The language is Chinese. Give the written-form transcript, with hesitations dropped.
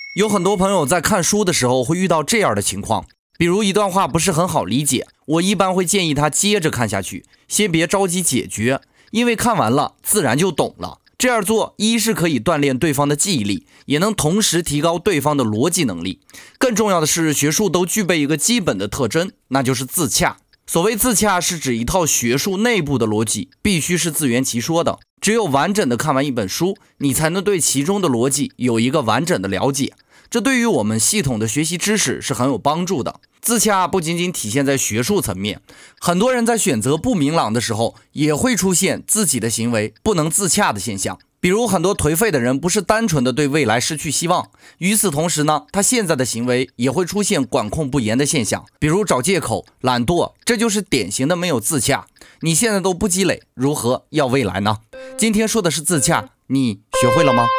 有很多朋友在看书的时候会遇到这样的情况，比如一段话不是很好理解，我一般会建议他接着看下去，先别着急解决，因为看完了自然就懂了。这样做一是可以锻炼对方的记忆力，也能同时提高对方的逻辑能力。更重要的是，学术都具备一个基本的特征，那就是自洽。所谓自洽，是指一套学术内部的逻辑必须是自圆其说的。只有完整的看完一本书，你才能对其中的逻辑有一个完整的了解。这对于我们系统的学习知识是很有帮助的。自洽不仅仅体现在学术层面，很多人在选择不明朗的时候，也会出现自己的行为不能自洽的现象。比如很多颓废的人不是单纯的对未来失去希望，与此同时呢，他现在的行为也会出现管控不严的现象，比如找借口、懒惰，这就是典型的没有自洽。你现在都不积累，如何要未来呢？今天说的是自洽，你学会了吗？